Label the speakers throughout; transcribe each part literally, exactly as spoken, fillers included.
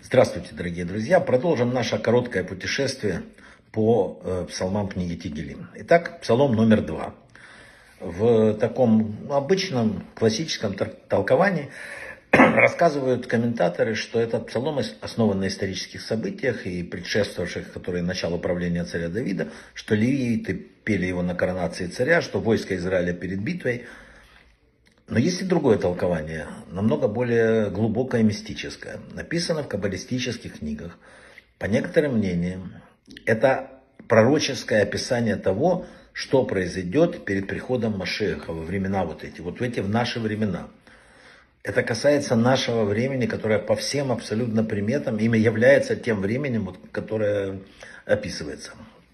Speaker 1: Здравствуйте, дорогие друзья! Продолжим наше короткое путешествие по э, псалмам книги Тегилим. Итак, псалом номер два. В таком обычном классическом толковании рассказывают комментаторы, что этот псалом основан на исторических событиях и предшествовавших, которые начало правления царя Давида, что левиты пели его на коронации царя, что войско Израиля перед битвой. Но есть и другое толкование, намного более глубокое и мистическое. Написано в каббалистических книгах. По некоторым мнениям, это пророческое описание того, что произойдет перед приходом Машиаха во времена вот эти, вот в эти в наши времена. Это касается нашего времени, которое по всем абсолютно приметам ими является тем временем, вот, которое описывается.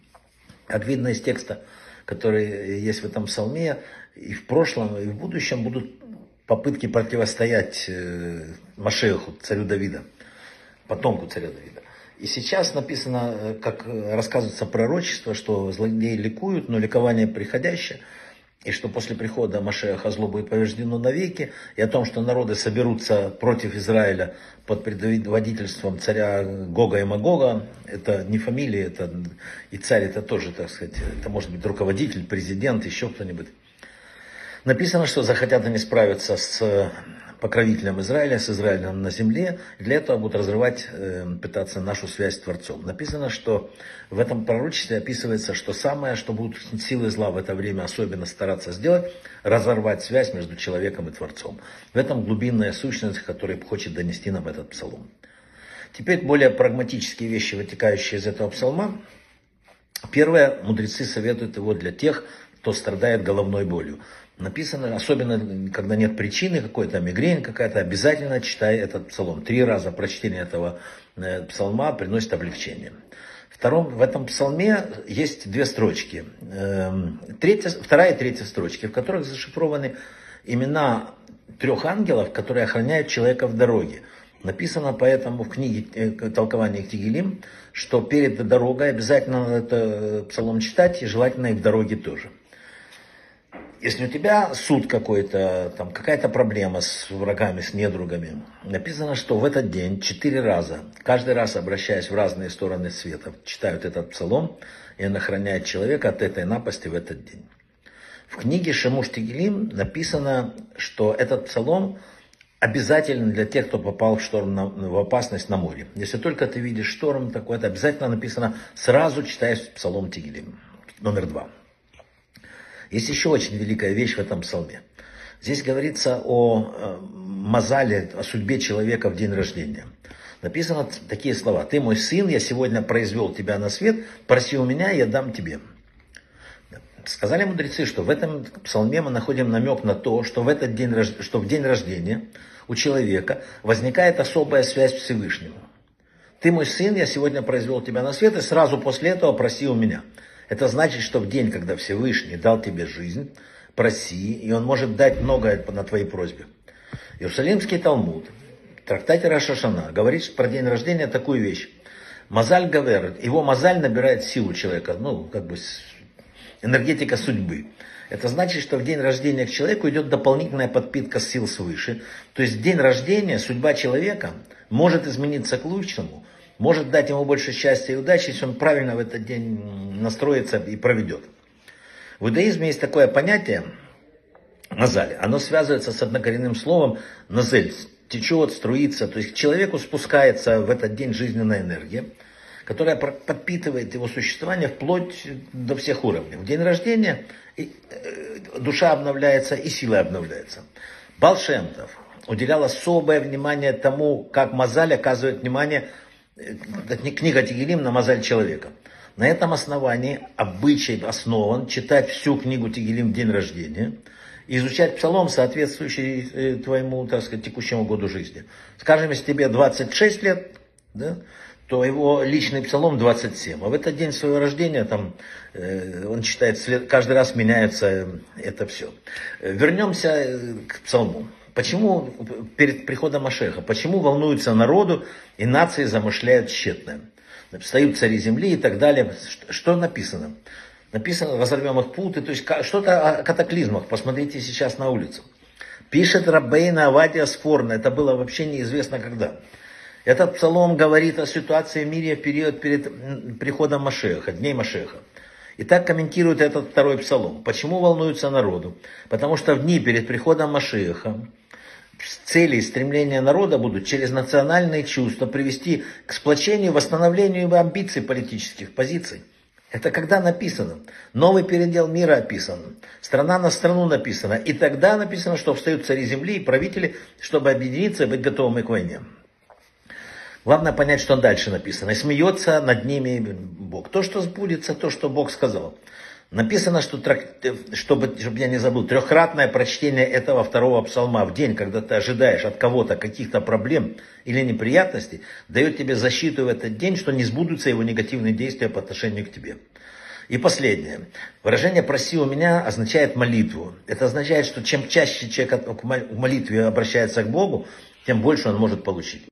Speaker 1: Как видно из текста, который есть в этом псалме, и в прошлом, и в будущем будут попытки противостоять Машиаху, царю Давида, потомку царя Давида. И сейчас написано, как рассказывается пророчество, что злодеи ликуют, но ликование приходящее, и что после прихода Машиаха зло будет повреждено навеки, и о том, что народы соберутся против Израиля под предводительством царя Гога и Магога. Это не фамилия, это и царь, это тоже, так сказать, это может быть руководитель, президент, еще кто-нибудь. Написано, что захотят они справиться с покровителем Израиля, с Израилем на земле, и для этого будут разрывать, пытаться нашу связь с Творцом. Написано, что в этом пророчестве описывается, что самое, что будут силы зла в это время особенно стараться сделать, разорвать связь между человеком и Творцом. В этом глубинная сущность, которую хочет донести нам этот псалом. Теперь более прагматические вещи, вытекающие из этого псалма. Первое, мудрецы советуют его для тех, кто страдает головной болью. Написано, особенно когда нет причины какой-то, мигрень какая-то, обязательно читай этот псалом. Три раза прочтение этого псалма приносит облегчение. Втором, в этом псалме есть две строчки. Третья, вторая и третья строчки, в которых зашифрованы имена трех ангелов, которые охраняют человека в дороге. Написано поэтому в книге толкования Тегилим, что перед дорогой обязательно надо этот псалом читать, и желательно и в дороге тоже. Если у тебя суд какой-то, там какая-то проблема с врагами, с недругами, написано, что в этот день четыре раза, каждый раз обращаясь в разные стороны света, читают этот псалом, и он охраняет человека от этой напасти в этот день. В книге Шемуш Тегилим написано, что этот псалом обязателен для тех, кто попал в шторм, на, в опасность на море. Если только ты видишь шторм такой-то, обязательно написано, сразу читаешь псалом Тегилим, номер два. Есть еще очень великая вещь в этом псалме. Здесь говорится о э, мазале, о судьбе человека в день рождения. Написано такие слова. «Ты мой сын, я сегодня произвел тебя на свет, проси у меня, я дам тебе». Сказали мудрецы, что в этом псалме мы находим намек на то, что в, этот день, что в день рождения у человека возникает особая связь с Всевышним. «Ты мой сын, я сегодня произвел тебя на свет, и сразу после этого проси у меня». Это значит, что в день, когда Всевышний дал тебе жизнь, проси, и он может дать многое на твоей просьбе. Иерусалимский Талмуд, в трактате Рош ха-Шана, говорит про день рождения такую вещь. Мазаль гавер, его мазаль набирает силу человека, ну, как бы энергетика судьбы. Это значит, что в день рождения к человеку идет дополнительная подпитка сил свыше. То есть в день рождения судьба человека может измениться к лучшему, может дать ему больше счастья и удачи, если он правильно в этот день настроится и проведет. В иудаизме есть такое понятие назаль. Оно связывается с однокоренным словом назель. Течет, струится. То есть к человеку спускается в этот день жизненная энергия, которая подпитывает его существование вплоть до всех уровней. В день рождения душа обновляется и сила обновляется. Баал Шем Тов уделял особое внимание тому, как мазаль оказывает внимание. Книга Тегилим на мазаль человека. На этом основании обычай основан читать всю книгу Тегилим в день рождения и изучать псалом, соответствующий твоему, так сказать, текущему году жизни. Скажем, если тебе двадцать шесть лет, да, то его личный псалом двадцать семь. А в этот день своего рождения там, э, он читает, каждый раз меняется это все. Вернемся к псалму. Почему перед приходом Машиаха, почему волнуются народу и нации замышляют тщетное? Встают цари земли и так далее. Что написано? Написано, разорвем их путы, то есть что-то о катаклизмах. Посмотрите сейчас на улицу. Пишет Раббейна Авадия Сфорна, это было вообще неизвестно когда. Этот псалом говорит о ситуации в мире в период перед приходом Машеха, дней Машеха. И так комментирует этот второй псалом. Почему волнуется народу? Потому что в дни перед приходом Машеха цели и стремления народа будут через национальные чувства привести к сплочению, восстановлению амбиций политических позиций. Это когда написано. Новый передел мира описан. Страна на страну написано. И тогда написано, что встают цари земли и правители, чтобы объединиться и быть готовыми к войне. Главное понять, что дальше написано. И смеется над ними Бог. То, что сбудется, то, что Бог сказал. Написано, что, чтобы, чтобы я не забыл, трехкратное прочтение этого второго псалма в день, когда ты ожидаешь от кого-то каких-то проблем или неприятностей, дает тебе защиту в этот день, что не сбудутся его негативные действия по отношению к тебе. И последнее. Выражение «проси у меня» означает молитву. Это означает, что чем чаще человек к молитве обращается к Богу, тем больше он может получить.